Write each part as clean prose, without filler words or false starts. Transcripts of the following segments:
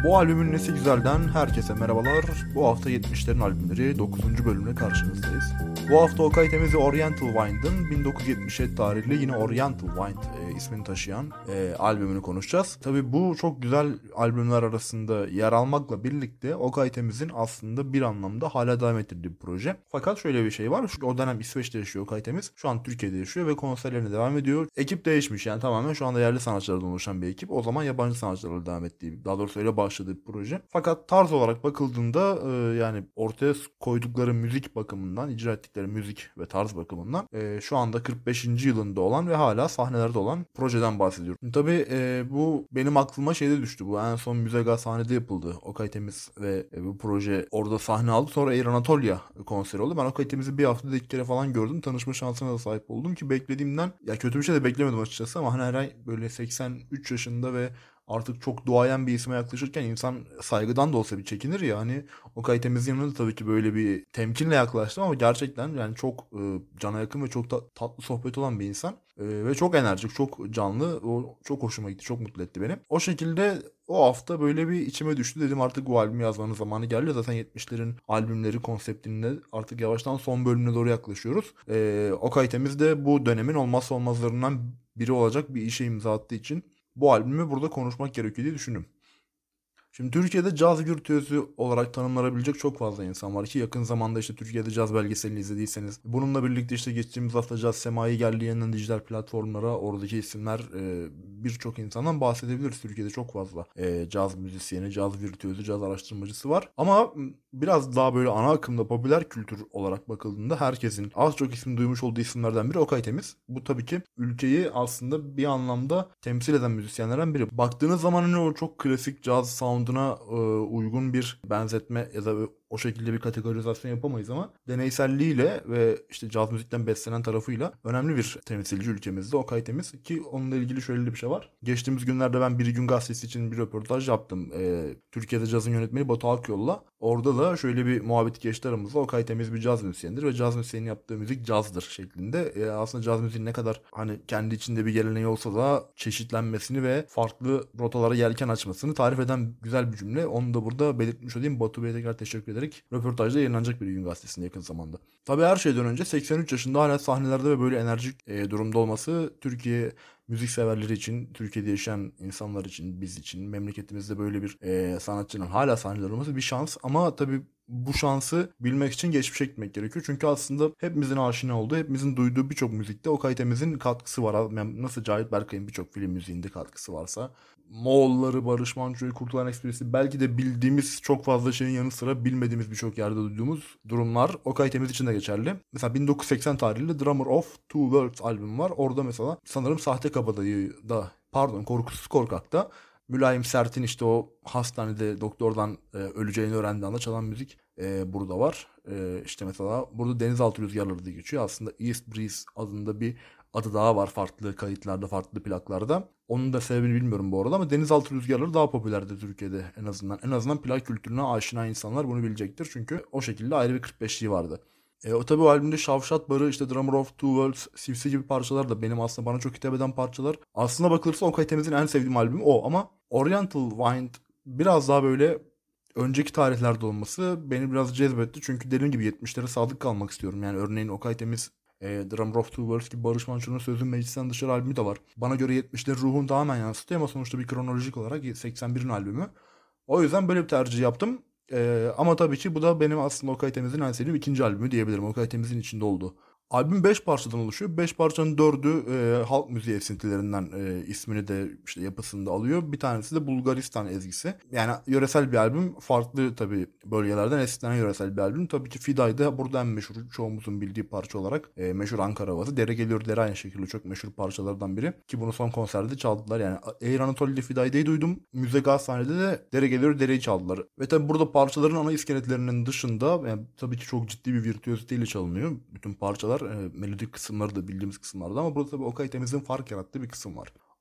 Bu albümün nesi güzelden herkese merhabalar. Bu hafta 70'lerin albümleri 9. bölümle karşınızdayız. Bu hafta Okay Temiz'i Oriental Wind'ın 1977 tarihli yine Oriental Wind ismini taşıyan albümünü konuşacağız. Tabii bu çok güzel albümler arasında yer almakla birlikte Okay Temiz'in aslında bir anlamda hala devam ettirdiği bir proje. Fakat şöyle bir şey var. O dönem İsveç'te yaşıyor Okay Temiz. Şu an Türkiye'de yaşıyor ve konserlerine devam ediyor. Ekip değişmiş, yani tamamen şu anda yerli sanatçılardan oluşan bir ekip. O zaman yabancı sanatçılarla devam ettiği, daha doğrusu öyle başladığı bir proje. Fakat tarz olarak bakıldığında yani ortaya koydukları müzik bakımından, icra ettikleri müzik ve tarz bakımından şu anda 45. yılında olan ve hala sahnelerde olan projeden bahsediyorum. Tabii bu benim aklıma şeyde düştü. Bu en son Müzega sahnede yapıldı. Okay Temiz ve bu proje orada sahne aldı. Sonra Air Anatolia konseri oldu. Ben Okay Temiz'i bir haftada 2 kere falan gördüm. Tanışma şansına da sahip oldum ki beklediğimden, ya kötü bir şey de beklemedim açıkçası, ama hani her ay böyle 83 yaşında ve artık çok duayen bir isme yaklaşırken insan saygıdan da olsa bir çekinir ya. Hani Okay Temiz'in yanında da tabii ki böyle bir temkinle yaklaştım ama gerçekten yani çok cana yakın ve çok tatlı sohbet olan bir insan. Ve çok enerjik, çok canlı. O çok hoşuma gitti, çok mutlu etti beni. O şekilde o hafta böyle bir içime düştü, dedim artık bu albümü yazmanın zamanı geldi. Zaten 70'lerin albümleri konseptinde artık yavaştan son bölümüne doğru yaklaşıyoruz. Okay Temiz de bu dönemin olmazsa olmazlarından biri olacak bir işe imza attığı için bu albümü burada konuşmak gerekiyor diye düşündüm. Şimdi Türkiye'de caz virtüözü olarak tanımlanabilecek çok fazla insan var ki yakın zamanda işte Türkiye'de caz belgeselini izlediyseniz, bununla birlikte işte geçtiğimiz hafta Caz Semai geldi yayınlanan dijital platformlara, oradaki isimler, birçok insandan bahsedebiliriz. Türkiye'de çok fazla caz müzisyeni, caz virtüözü, caz araştırmacısı var. Ama biraz daha böyle ana akımda popüler kültür olarak bakıldığında herkesin az çok isim duymuş olduğu isimlerden biri Okay Temiz. Bu tabii ki ülkeyi aslında bir anlamda temsil eden müzisyenlerden biri. Baktığınız zaman hani o çok klasik caz sound'una uygun bir benzetme ya da o şekilde bir kategorizasyon yapamayız ama deneyselliğiyle ve işte caz müzikten beslenen tarafıyla önemli bir temsilci ülkemizde Okay Temiz, ki onunla ilgili şöyle bir şey var. Geçtiğimiz günlerde ben Bir Gün Gazetesi için bir röportaj yaptım. Türkiye'de cazın yönetmeni Batu Akyol'la. Orada da şöyle bir muhabbet geçti aramızda. Okay Temiz bir caz müzisyenidir ve caz müzisyeninin yaptığı müzik cazdır şeklinde. Aslında caz müziğin ne kadar hani kendi içinde bir geleneği olsa da çeşitlenmesini ve farklı rotalara yelken açmasını tarif eden güzel bir cümle. Onu da burada belirtmiş olayım. Batu Bey'e tekrar teşekkür ederek röportajda yayınlanacak Bir Gün Gazetesi'nde yakın zamanda. Tabii her şeyden önce 83 yaşında hala sahnelerde ve böyle enerjik durumda olması Türkiye müzik severleri için, Türkiye'de yaşayan insanlar için, biz için, memleketimizde böyle bir sanatçının hala sahnelerde olması bir şans. Ama tabii bu şansı bilmek için geçmişe gitmek gerekiyor. Çünkü aslında hepimizin aşina olduğu, hepimizin duyduğu birçok müzikte Okay Temiz'in katkısı var. Yani nasıl Cahit Berkay'ın birçok film müziğinde katkısı varsa, Moğolları, Barış Manço'yu, Kurtulan Ekspresi, belki de bildiğimiz çok fazla şeyin yanı sıra bilmediğimiz birçok yerde duyduğumuz durumlar Okay Temiz için de geçerli. Mesela 1980 tarihli Drummer of Two Worlds albümü var. Orada mesela sanırım Sahte Kabadayı da, pardon, Korkusuz Korkak'ta Mülayim Sert'in işte o hastanede doktordan öleceğini öğrendiği anda çalan müzik burada var. İşte mesela burada Denizaltı Rüzgarları diye geçiyor. Aslında East Breeze adında bir adı daha var farklı kayıtlarda, farklı plaklarda. Onun da sebebini bilmiyorum bu arada ama Denizaltı Rüzgarları daha popülerdi Türkiye'de en azından. En azından plak kültürüne aşina insanlar bunu bilecektir. Çünkü o şekilde ayrı bir 45'liği vardı. O tabii o albümde Şavşat Barı, işte Drummer of Two Worlds, Sivsi gibi parçalar da benim aslında bana çok hitap eden parçalar. Aslında bakılırsa Okay Temiz'in en sevdiğim albümü o, ama Oriental Wind biraz daha böyle önceki tarihlerde olması beni biraz cezbetti. Çünkü dediğim gibi 70'lere sadık kalmak istiyorum. Yani örneğin Okay Temiz, Drummer of Two Worlds gibi Barış Manço'nun Sözün Meclisten Dışarı albümü de var. Bana göre 70'lerin ruhunu tamamen yansıtıyor ama sonuçta bir kronolojik olarak 81'in albümü. O yüzden böyle bir tercih yaptım. Ama tabii ki bu da benim aslında Okay Temiz'in en sevdiğim ikinci albümü diyebilirim. Okay Temiz'in içinde oldu. Albüm 5 parçadan oluşuyor. 5 parçanın 4'ü halk müziği esintilerinden ismini de işte yapısında alıyor. Bir tanesi de Bulgaristan ezgisi. Yani yöresel bir albüm. Farklı tabii bölgelerden esinlenen yöresel bir albüm. Tabii ki Fiday'da burada en meşhur, çoğumuzun bildiği parça olarak meşhur Ankara Havası. Dere Geliyor Dere aynı şekilde çok meşhur parçalardan biri. Ki bunu son konserde çaldılar. Yani Air Anatolia'da Fiday'da'yı duydum. Müze Gazhane'de de Dere Geliyor Dere'yi çaldılar. Ve tabii burada parçaların ana iskeletlerinin dışında yani tabii ki çok ciddi bir virtüöziteyle çalınıyor. Bütün parçalar melodik kısımları da bildiğimiz kısımlarda ama burada tabii Okay Temiz'in fark yarattığı bir kısım var.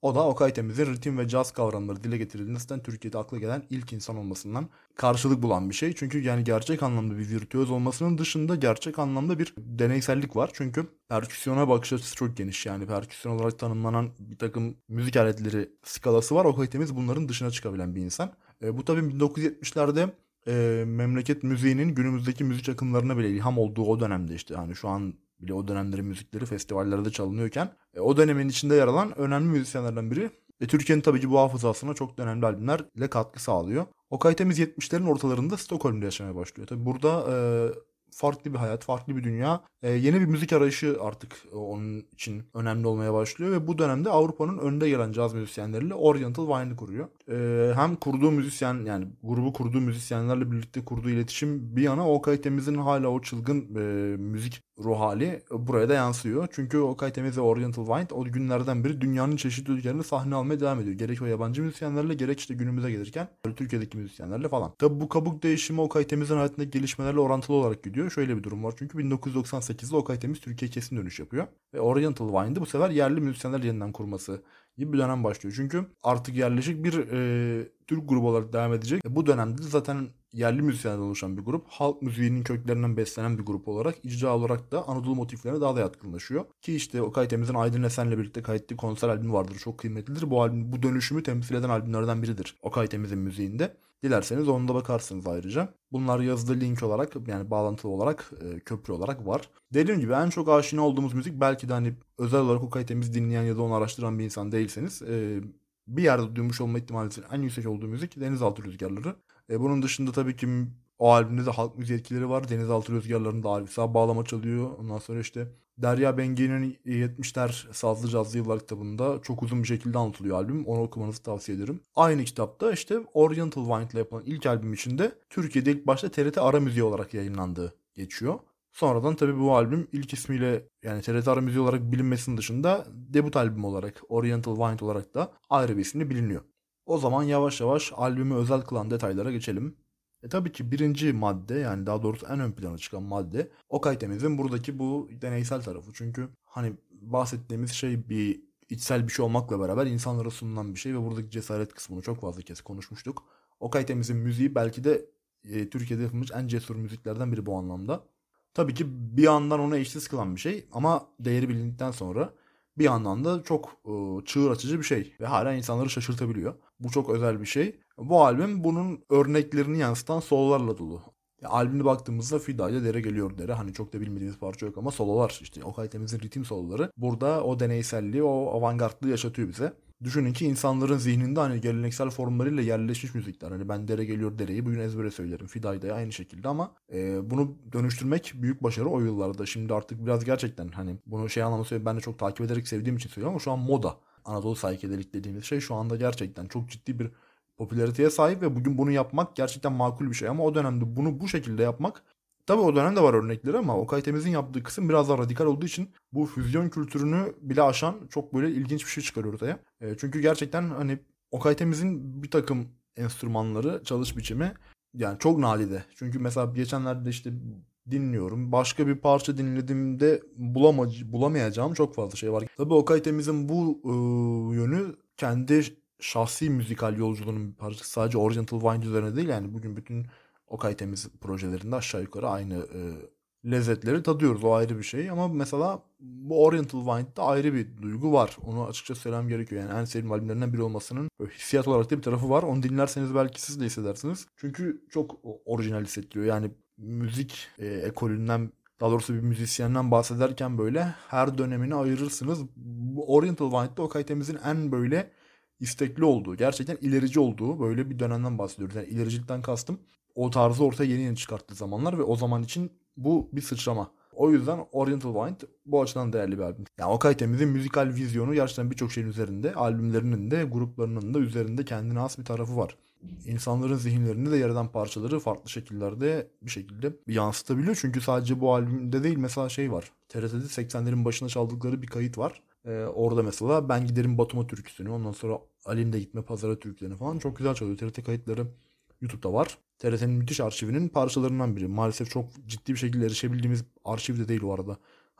O da Okay Temiz'in ritim ve caz kavramları dile getirildiğinde zaten Türkiye'de akla gelen ilk insan olmasından karşılık bulan bir şey. Çünkü yani gerçek anlamda bir virtüöz olmasının dışında gerçek anlamda bir deneysellik var. Çünkü perküsyona bakış açısı çok geniş. Yani perküsyon olarak tanımlanan bir takım müzik aletleri skalası var. Okay Temiz bunların dışına çıkabilen bir insan. Bu tabii 1970'lerde memleket müziğinin günümüzdeki müzik akımlarına bile ilham olduğu o dönemde işte hani şu an bile o dönemlerin müzikleri festivallerde çalınıyorken o dönemin içinde yer alan önemli müzisyenlerden biri. Türkiye'nin tabii ki bu hafızasına çok da önemli albümlerle katkı sağlıyor. Okay Temiz 70'lerin ortalarında Stockholm'da yaşamaya başlıyor. Tabii burada farklı bir hayat, farklı bir dünya, yeni bir müzik arayışı artık onun için önemli olmaya başlıyor ve bu dönemde Avrupa'nın önde gelen caz müzisyenleriyle Oriental Wine'ı kuruyor. Hem kurduğu müzisyen yani grubu kurduğu müzisyenlerle birlikte kurduğu iletişim bir yana Okay Temiz'in hala o çılgın müzik ruh hali buraya da yansıyor. Çünkü Okay Temiz ve Oriental Wine o günlerden beri dünyanın çeşitli ülkelerinde sahne almaya devam ediyor. Gerek o yabancı müzisyenlerle gerek işte günümüze gelirken Türkiye'deki müzisyenlerle falan. Tabi bu kabuk değişimi Okay Temiz'in hayatındaki gelişmelerle orantılı olarak gidiyor. Şöyle bir durum var çünkü 1998'de Okay Temiz Türkiye kesin dönüş yapıyor. Ve Oriental Wine'de bu sefer yerli müzisyenler yeniden kurması gibi bir dönem başlıyor. Çünkü artık yerleşik bir Türk grubu olarak devam edecek. Bu dönemde zaten yerli müzisyenlerden oluşan bir grup. Halk müziğinin köklerinden beslenen bir grup olarak icra olarak da Anadolu motiflerine daha da yatkınlaşıyor. Ki işte Okay Temiz'in Aydın Esen'le birlikte kaydettiği konser albümü vardır. Çok kıymetlidir. Bu albüm bu dönüşümü temsil eden albümlerden biridir. Okay Temiz'in müziğinde. Dilerseniz ona da bakarsınız ayrıca. Bunlar yazılı link olarak yani bağlantılı olarak köprü olarak var. Dediğim gibi en çok aşina olduğumuz müzik belki de hani özel olarak Okay Temiz dinleyen ya da onu araştıran bir insan değilseniz bir yerde duymuş olma ihtimalinizin en yüksek olduğu müzik Denizaltı Rüzgarları. Bunun dışında tabii ki o albümde de halk müziği etkileri var. Denizaltı Rüzgarları'nda Arif Sağ bağlama çalıyor. Ondan sonra işte Derya Bengi'nin 70'ler Sazlı Cazlı Yıllar kitabında çok uzun bir şekilde anlatılıyor albüm. Onu okumanızı tavsiye ederim. Aynı kitapta işte Oriental Wind ile yapılan ilk albüm içinde Türkiye'de ilk başta TRT Ara Müziği olarak yayınlandığı geçiyor. Sonradan tabii bu albüm ilk ismiyle yani TRT Ara Müziği olarak bilinmesinin dışında debut albüm olarak Oriental Wind olarak da ayrı bir isimle biliniyor. O zaman yavaş yavaş albümü özel kılan detaylara geçelim. Tabii ki birinci madde yani daha doğrusu en ön plana çıkan madde Okay Temiz'in buradaki bu deneysel tarafı. Çünkü hani bahsettiğimiz şey bir içsel bir şey olmakla beraber insanlara sunulan bir şey ve buradaki cesaret kısmını çok fazla kez konuşmuştuk. Okay Temiz'in müziği belki de Türkiye'de yapılmış en cesur müziklerden biri bu anlamda. Tabii ki bir yandan onu eşsiz kılan bir şey ama değeri bilindikten sonra bir yandan da çok çığır açıcı bir şey ve hala insanları şaşırtabiliyor. Bu çok özel bir şey. Bu albüm bunun örneklerini yansıtan sololarla dolu. Ya, albümde baktığımızda Fida ile Dere Geliyor Dere. Hani çok da bilmediğimiz parça yok ama sololar işte Okay Temiz'in ritim soloları. Burada o deneyselliği, o avantgardlığı yaşatıyor bize. Düşünün ki insanların zihninde hani geleneksel formlarıyla yerleşmiş müzikler. Hani ben Dere Geliyor Dere'yi bugün ezbere söylerim. Fida'yı da aynı şekilde ama bunu dönüştürmek büyük başarı o yıllarda. Şimdi artık biraz gerçekten hani bunu şey anlamda söyleyeyim ben de çok takip ederek sevdiğim için söylüyorum ama şu an moda. Anadolu Psychedelic dediğimiz şey şu anda gerçekten çok ciddi bir popülariteye sahip ve bugün bunu yapmak gerçekten makul bir şey ama o dönemde bunu bu şekilde yapmak tabii o dönemde var örnekleri ama Okay Temiz'in yaptığı kısım biraz daha radikal olduğu için bu füzyon kültürünü bile aşan çok böyle ilginç bir şey çıkarıyor ortaya. Çünkü gerçekten hani Okay Temiz'in bir takım enstrümanları, çalış biçimi yani çok nadide. Çünkü mesela geçenlerde işte dinliyorum. Başka bir parça dinlediğimde bulamayacağım çok fazla şey var. Tabii Okay Temiz'in bu yönü kendi şahsi müzikal yolculuğunun bir parçası. Sadece Oriental Wind üzerine değil yani bugün bütün Okay Temiz projelerinde aşağı yukarı aynı lezzetleri tadıyoruz. O ayrı bir şey ama mesela bu Oriental Wind'da ayrı bir duygu var. Onu açıkça söylemem gerekiyor. Yani en sevdiğim albümlerinden biri olmasının böyle hissiyat olarak da bir tarafı var. Onu dinlerseniz belki siz de hissedersiniz. Çünkü çok orijinal hissettiriyor. Yani müzik ekolünden daha doğrusu bir müzisyenden bahsederken böyle her dönemini ayırırsınız. Bu Oriental Wind'da Okay Temiz'in en böyle istekli olduğu, gerçekten ilerici olduğu böyle bir dönemden bahsediyoruz. Yani ilericilikten kastım o tarzı ortaya yeni yeni çıkarttığı zamanlar ve o zaman için bu bir sıçrama. O yüzden Oriental Wind bu açıdan değerli bir albüm. Yani Okay Temiz'in müzikal vizyonu gerçekten birçok şeyin üzerinde, albümlerinin de, gruplarının da üzerinde kendine has bir tarafı var. İnsanların zihinlerinde de yer eden parçaları farklı şekillerde bir şekilde yansıtabiliyor. Çünkü sadece bu albümde değil mesela şey var. TRT'de 80'lerin başında çaldıkları bir kayıt var. Orada mesela Ben Giderim Batum'a türküsünü, ondan sonra Alim de Gitme Pazara türkülerini falan çok güzel çalıyor. TRT kayıtları YouTube'da var. TRT'nin müthiş arşivinin parçalarından biri. Maalesef çok ciddi bir şekilde erişebildiğimiz arşiv de değil o arada.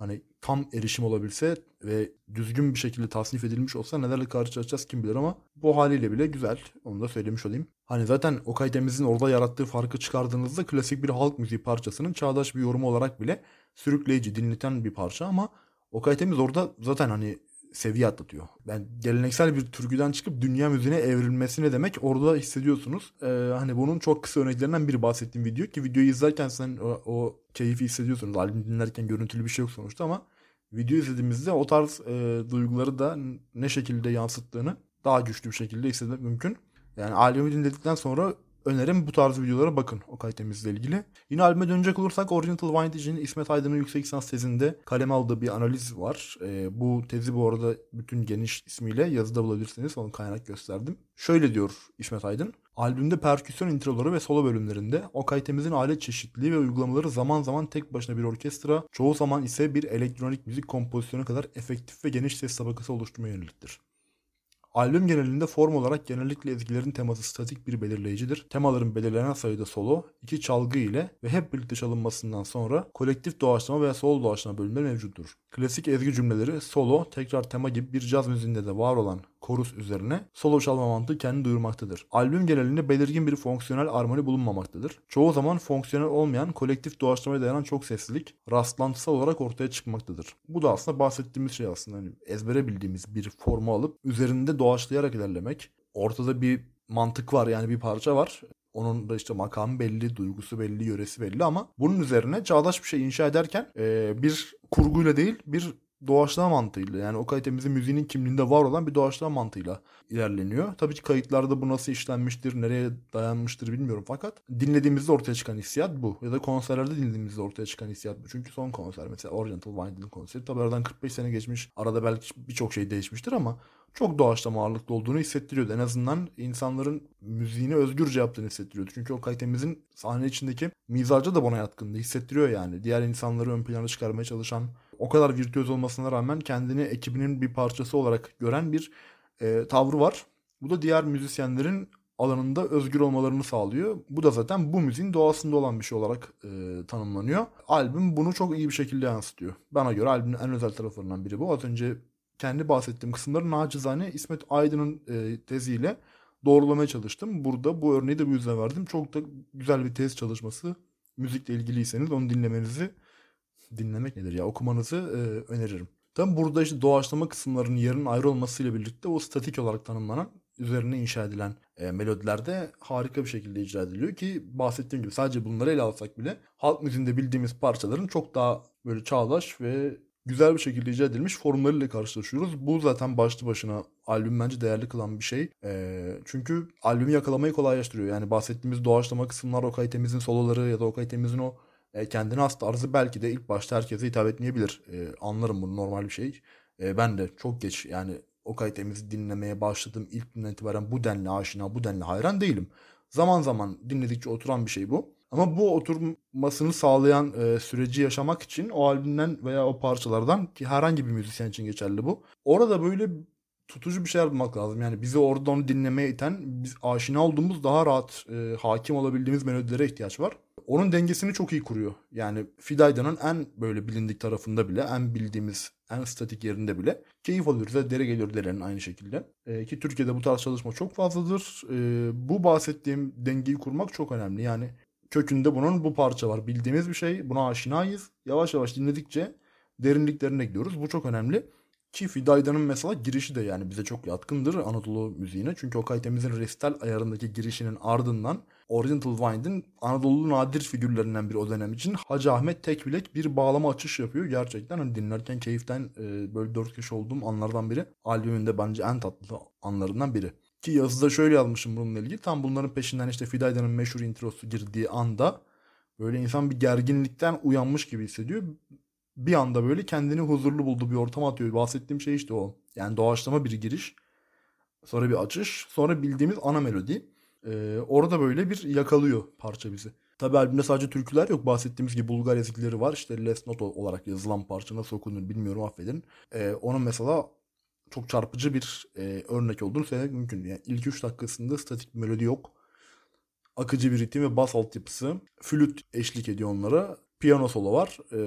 hani tam erişim olabilse ve düzgün bir şekilde tasnif edilmiş olsa nelerle karşılaşacağız kim bilir, ama bu haliyle bile güzel. Onu da söylemiş olayım. Hani zaten Okay Demiz'in orada yarattığı farkı çıkardığınızda klasik bir halk müziği parçasının çağdaş bir yorumu olarak bile sürükleyici, dinleten bir parça, ama Okay Temiz orada zaten hani seviye atlatıyor. Yani geleneksel bir türküden çıkıp dünya müziğine evrilmesi ne demek orada hissediyorsunuz. Hani bunun çok kısa örneklerinden biri bahsettiğim video, ki videoyu izlerken sen o keyfi hissediyorsunuz. Albüm dinlerken görüntülü bir şey yok sonuçta, ama video izlediğimizde o tarz duyguları da ne şekilde yansıttığını daha güçlü bir şekilde hissetmek mümkün. Yani albümü dinledikten sonra önerim bu tarz videolara bakın Okay Temiz'le ilgili. Yine albüme dönecek olursak Oriental Wind için İsmet Aydın'ın yüksek lisans tezinde kaleme aldığı bir analiz var. Bu tezi bu arada bütün geniş ismiyle yazıda bulabilirsiniz. Onu kaynak gösterdim. Şöyle diyor İsmet Aydın. Albümde perküsyon introları ve solo bölümlerinde Okay Temiz'in alet çeşitliliği ve uygulamaları zaman zaman tek başına bir orkestra, çoğu zaman ise bir elektronik müzik kompozisyonu kadar efektif ve geniş ses tabakası oluşturmaya yöneliktir. Albüm genelinde form olarak genellikle ezgilerin teması statik bir belirleyicidir. Temaların belirlenen sayıda solo, iki çalgı ile ve hep birlikte çalınmasından sonra kolektif doğaçlama veya solo doğaçlama bölümleri mevcuttur. Klasik ezgi cümleleri, solo, tekrar tema gibi bir caz müziğinde de var olan korus üzerine solo çalma mantığı kendini duyurmaktadır. Albüm genelinde belirgin bir fonksiyonel armoni bulunmamaktadır. Çoğu zaman fonksiyonel olmayan kolektif doğaçlamaya dayanan çok seslilik rastlantısal olarak ortaya çıkmaktadır. Bu da aslında bahsettiğimiz şey, aslında hani ezbere bildiğimiz bir formu alıp üzerinde doğaçlayarak ilerlemek. Ortada bir mantık var, yani bir parça var. Onun da işte makamı belli, duygusu belli, yöresi belli, ama bunun üzerine çağdaş bir şey inşa ederken bir kurguyla değil, bir doğaçlama mantığıyla, yani Okay Temiz'in müziğinin kimliğinde var olan bir doğaçlama mantığıyla ilerleniyor. Tabii ki kayıtlarda bu nasıl işlenmiştir, nereye dayanmıştır bilmiyorum, fakat dinlediğimizde ortaya çıkan hissiyat bu. Ya da konserlerde dinlediğimizde ortaya çıkan hissiyat bu. Çünkü son konser mesela Oriental Wind'in konseri, tabii aradan 45 sene geçmiş. Arada belki birçok şey değişmiştir, ama çok doğaçlama ağırlıklı olduğunu hissettiriyordu. En azından insanların müziğine özgürce yaptığını hissettiriyordu. Çünkü Okay Temiz'in sahne içindeki mizacı da buna yatkındı. Hissettiriyor yani. Diğer insanları ön plana çıkarmaya çalışan, o kadar virtüöz olmasına rağmen kendini ekibinin bir parçası olarak gören bir tavrı var. Bu da diğer müzisyenlerin alanında özgür olmalarını sağlıyor. Bu da zaten bu müziğin doğasında olan bir şey olarak tanımlanıyor. Albüm bunu çok iyi bir şekilde yansıtıyor. Bana göre albümün en özel taraflarından biri bu. Az önce kendi bahsettiğim kısımları nacizane İsmet Aydın'ın teziyle doğrulamaya çalıştım. Burada bu örneği de bu yüzden verdim. Çok da güzel bir tez çalışması. Müzikle ilgiliyseniz onu dinlemek nedir ya, okumanızı öneririm. Tabi burada işte doğaçlama kısımlarının yerinin ayrı olmasıyla birlikte o statik olarak tanımlanan, üzerine inşa edilen melodiler de harika bir şekilde icra ediliyor, ki bahsettiğim gibi sadece bunları ele alsak bile halk müziğinde bildiğimiz parçaların çok daha böyle çağdaş ve güzel bir şekilde icra edilmiş formlarıyla karşılaşıyoruz. Bu zaten başlı başına albüm bence değerli kılan bir şey. Çünkü albümü yakalamayı kolaylaştırıyor. Yani bahsettiğimiz doğaçlama kısımlar, Okay Temiz'in soloları ya da Okay Temiz'in o kendine has tarzı belki de ilk başta herkese hitap etmeyebilir. Anlarım, bunu normal bir şey. Ben de çok geç, yani Okay Temiz'i dinlemeye başladığım ilk günden itibaren bu denli aşina, bu denli hayran değilim. Zaman zaman dinledikçe oturan bir şey bu. Ama bu oturmasını sağlayan süreci yaşamak için o albümden veya o parçalardan, ki herhangi bir müzisyen için geçerli bu, orada böyle tutucu bir şeyler bulmak lazım. Yani bizi orada onu dinlemeye iten, biz aşina olduğumuz, daha rahat hakim olabildiğimiz melodilere ihtiyaç var. Onun dengesini çok iyi kuruyor. Yani Fidayda'nın en böyle bilindik tarafında bile, en bildiğimiz, en statik yerinde bile keyif alıyoruz. Ve dere geliyor derenin aynı şekilde. Ki Türkiye'de bu tarz çalışma çok fazladır. Bu bahsettiğim dengeyi kurmak çok önemli. Yani kökünde bunun bu parça var. Bildiğimiz bir şey. Buna aşinayız. Yavaş yavaş dinledikçe derinliklerine gidiyoruz. Bu çok önemli. Ki Fidayda'nın mesela girişi de yani bize çok yatkındır Anadolu müziğine. Çünkü Okay Temiz'in resital ayarındaki girişinin ardından Oriental Wind'in Anadolu nadir figürlerinden biri o dönem için Hacı Ahmet Tekbilek bir bağlama açış yapıyor. Gerçekten hani dinlerken keyiften böyle dört köşe olduğum anlardan biri. Albümünde bence en tatlı anlarından biri. Ki yazıda şöyle yazmışım bununla ilgili. Tam bunların peşinden işte Fidayda'nın meşhur introsu girdiği anda böyle insan bir gerginlikten uyanmış gibi hissediyor. Bir anda böyle kendini huzurlu bulduğu bir ortama atıyor. Bahsettiğim şey işte o. Yani doğaçlama bir giriş, sonra bir açış, sonra bildiğimiz ana melodi. Orada böyle bir yakalıyor parça bizi. Tabi albümde sadece türküler yok. Bahsettiğimiz gibi Bulgar ezgileri var. İşte Last Note olarak yazılan parça nasıl okunur bilmiyorum, affedin. Onun mesela çok çarpıcı bir örnek olduğunu söylemek mümkün. Yani ilk 3 dakikasında statik bir melodi yok. Akıcı bir ritim ve bas altyapısı. Flüt eşlik ediyor onlara. Piyano solo var.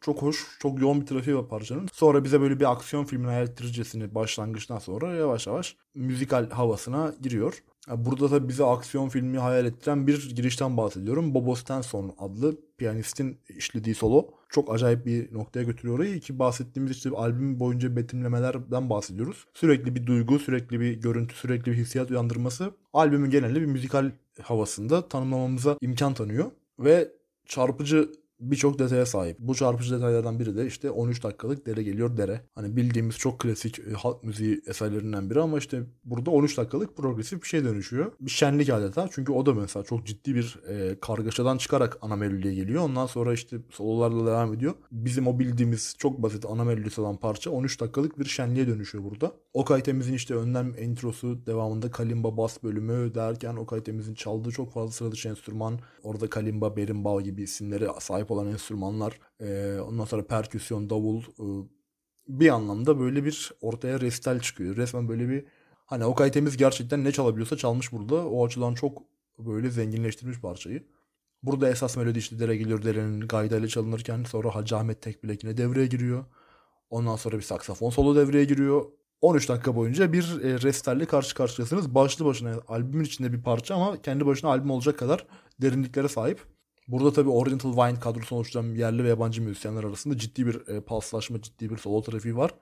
çok hoş, çok yoğun bir trafiği var parçanın. Sonra bize böyle bir aksiyon filmini hayal ettiricesini başlangıçtan sonra yavaş yavaş müzikal havasına giriyor. Burada da bize aksiyon filmi hayal ettiren bir girişten bahsediyorum. Bobo Stenson adlı piyanistin işlediği solo çok acayip bir noktaya götürüyor orayı ki bahsettiğimiz işte albüm boyunca betimlemelerden bahsediyoruz. Sürekli bir duygu, sürekli bir görüntü, sürekli bir hissiyat uyandırması albümün genelinde bir müzikal havasında tanımlamamıza imkan tanıyor ve çarpıcı birçok detaya sahip. Bu çarpıcı detaylardan biri de işte 13 dakikalık Dere Geliyor Dere. Hani bildiğimiz çok klasik halk müziği eserlerinden biri ama işte burada 13 dakikalık progresif bir şey dönüşüyor. Bir şenlik adeta. Çünkü o da mesela çok ciddi bir kargaşadan çıkarak ana melodiye geliyor. Ondan sonra işte sololarla devam ediyor. Bizim o bildiğimiz çok basit ana melodisi olan parça 13 dakikalık bir şenliğe dönüşüyor burada. Okay Temiz'in işte önden introsu, devamında kalimba bas bölümü derken Okay Temiz'in çaldığı çok fazla sıra dışı enstrüman. Orada kalimba, berimbau gibi isimlere sahip olan enstrümanlar. Ondan sonra perküsyon, davul. Bir anlamda böyle bir ortaya restal çıkıyor. Resmen böyle bir hani Okay Temiz gerçekten ne çalabiliyorsa çalmış burada. O açıdan çok böyle zenginleştirmiş parçayı. Burada esas melodi işte Dere Geliyor Dere'nin gaydayla çalınırken sonra Hacı Ahmet Tekbilek yine devreye giriyor. Ondan sonra bir saksafon solo devreye giriyor. 13 dakika boyunca bir restalle karşı karşıyasınız. Başlı başına albümün içinde bir parça ama kendi başına albüm olacak kadar derinliklere sahip. Burada tabii Oriental Wind kadrosu oluşturan yerli ve yabancı müzisyenler arasında ciddi bir paslaşma, ciddi bir solo trafiği var.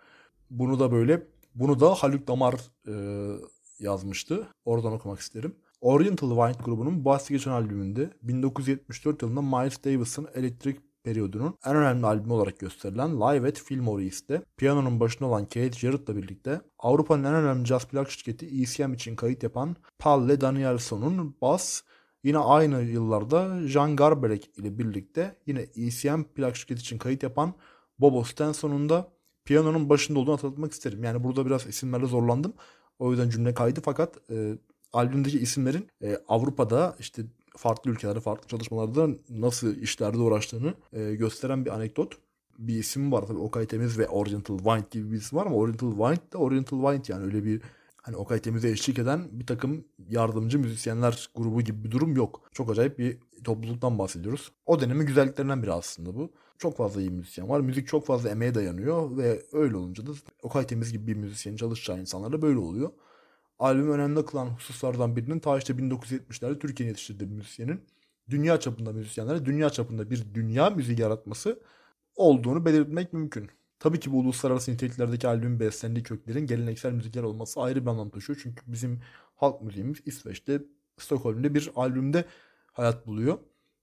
Bunu da Haluk Damar e, yazmıştı. Oradan okumak isterim. Oriental Wind grubunun bahsi geçen albümünde 1974 yılında Miles Davis'ın elektrik periyodunun en önemli albümü olarak gösterilen Live at Fillmore East'te piyanonun başında olan Keith Jarrett'la birlikte Avrupa'nın en önemli caz plak şirketi ECM için kayıt yapan Palle Danielson'un bas, yine aynı yıllarda Jan Garbarek ile birlikte yine ECM plak şirketi için kayıt yapan Bobo Stenson'un da piyanonun başında olduğunu hatırlatmak isterim. Yani burada biraz isimlerle zorlandım. O yüzden cümle kaydı fakat albümdeki isimlerin Avrupa'da işte farklı ülkelerde, farklı çalışmalarda nasıl işlerde uğraştığını gösteren bir anekdot. Bir isim var tabii Okay Temiz ve Oriental Wind gibi bir isim var ama Oriental Wind de Oriental Wind yani öyle bir hani Okay Temiz'e eşlik eden bir takım yardımcı müzisyenler grubu gibi bir durum yok. Çok acayip bir topluluktan bahsediyoruz. O dönemin güzelliklerinden biri aslında bu. Çok fazla iyi müzisyen var. Müzik çok fazla emeğe dayanıyor ve öyle olunca da Okay Temiz gibi bir müzisyenin çalışacağı insanlar böyle oluyor. Albüm önemli kılan hususlardan birinin ta işte 1970'lerde Türkiye'nin yetiştirdiği bir müzisyenin dünya çapında müzisyenlere dünya çapında bir dünya müziği yaratması olduğunu belirtmek mümkün. Tabii ki bu uluslararası niteliklerdeki albümün beslendiği köklerin geleneksel müzikler olması ayrı bir anlam taşıyor. Çünkü bizim halk müziğimiz İsveç'te, Stockholm'de bir albümde hayat buluyor.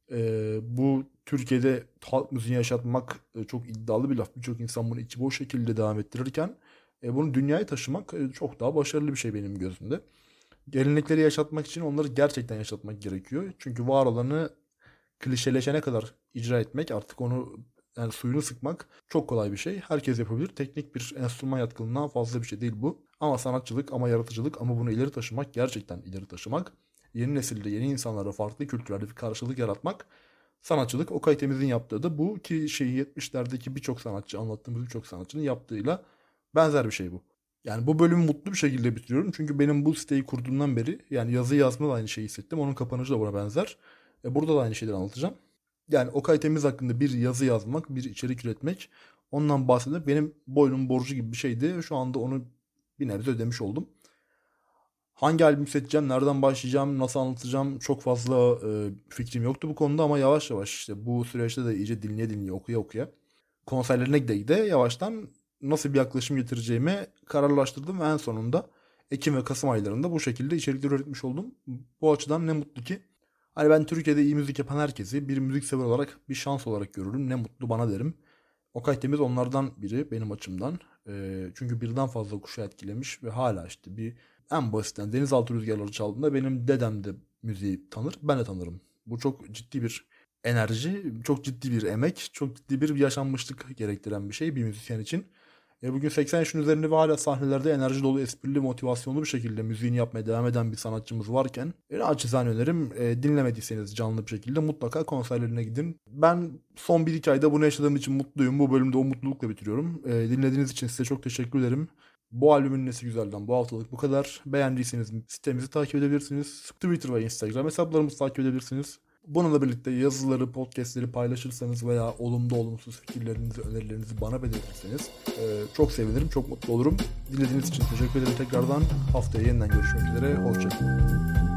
Bu Türkiye'de halk müziği yaşatmak çok iddialı bir laf. Birçok insan bunu içi boş şekilde devam ettirirken bunu dünyaya taşımak çok daha başarılı bir şey benim gözümde. Gelenekleri yaşatmak için onları gerçekten yaşatmak gerekiyor. Çünkü var olanı klişeleşene kadar icra etmek artık onu yani suyunu sıkmak çok kolay bir şey. Herkes yapabilir. Teknik bir enstrüman yatkınlığından fazla bir şey değil bu. Ama sanatçılık ama yaratıcılık ama bunu ileri taşımak gerçekten ileri taşımak. Yeni nesilde yeni insanlara farklı kültürlerde bir karşılık yaratmak sanatçılık. Okay Temiz'in yaptığı da bu ki 70'lerdeki birçok sanatçı anlattığımız birçok sanatçının yaptığıyla benzer bir şey bu. Yani bu bölümü mutlu bir şekilde bitiriyorum. Çünkü benim bu siteyi kurduğumdan beri yani yazı yazma da aynı şeyi hissettim. Onun kapanışı da buna benzer. Burada da aynı şeyleri anlatacağım. Yani Okay Temiz hakkında bir yazı yazmak, bir içerik üretmek, ondan bahsetmek benim boynum borcu gibi bir şeydi. Şu anda onu bir nebze ödemiş oldum. Hangi albüm seçeceğim, nereden başlayacağım, nasıl anlatacağım çok fazla fikrim yoktu bu konuda ama yavaş yavaş işte bu süreçte de iyice dinleye dinleye okuya okuya konserlerine gide gide yavaştan nasıl bir yaklaşım getireceğimi kararlaştırdım ve en sonunda Ekim ve Kasım aylarında bu şekilde içerikler üretmiş oldum. Bu açıdan ne mutlu ki hani ben Türkiye'de iyi müzik yapan herkesi bir müzik sever olarak bir şans olarak görürüm. Ne mutlu bana derim. Okay Temiz onlardan biri benim açımdan. Çünkü birden fazla kuşağı etkilemiş ve hala işte bir en basitten denizaltı rüzgarları çaldığında benim dedem de müziği tanır, ben de tanırım. Bu çok ciddi bir enerji, çok ciddi bir emek, çok ciddi bir yaşanmışlık gerektiren bir şey bir müzisyen için. Bugün 80 yaşın üzerinde ve hala sahnelerde enerji dolu, esprili, motivasyonlu bir şekilde müziğini yapmaya devam eden bir sanatçımız varken naçizane önerim dinlemediyseniz canlı bir şekilde mutlaka konserlerine gidin. Ben son 1-2 ayda bunu yaşadığım için mutluyum. Bu bölümde o mutlulukla bitiriyorum. Dinlediğiniz için size çok teşekkür ederim. Bu albümün nesi güzelden bu haftalık bu kadar. Beğendiyseniz sitemizi takip edebilirsiniz. Twitter ve Instagram hesaplarımızı takip edebilirsiniz. Bununla birlikte yazıları, podcastleri paylaşırsanız veya olumlu olumsuz fikirlerinizi, önerilerinizi bana belirtirseniz çok sevinirim, çok mutlu olurum. Dinlediğiniz için teşekkür ederim tekrardan. Haftaya yeniden görüşmek üzere. Hoşçakalın.